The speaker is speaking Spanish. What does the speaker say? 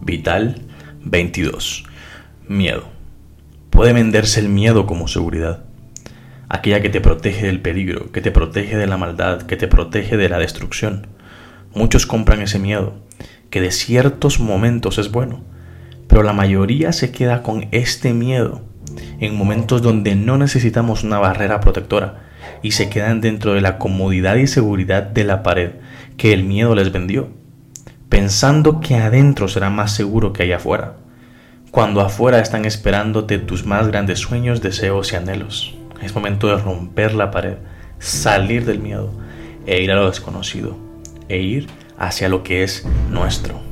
Vital 22. Miedo. Puede venderse el miedo como seguridad. Aquella que te protege del peligro, que te protege de la maldad, que te protege de la destrucción. Muchos compran ese miedo, que de ciertos momentos es bueno, pero la mayoría se queda con este miedo en momentos donde no necesitamos una barrera protectora y se quedan dentro de la comodidad y seguridad de la pared que el miedo les vendió, pensando que adentro será más seguro que allá afuera, cuando afuera están esperándote tus más grandes sueños, deseos y anhelos. Es momento de romper la pared, salir del miedo e ir a lo desconocido, e ir hacia lo que es nuestro.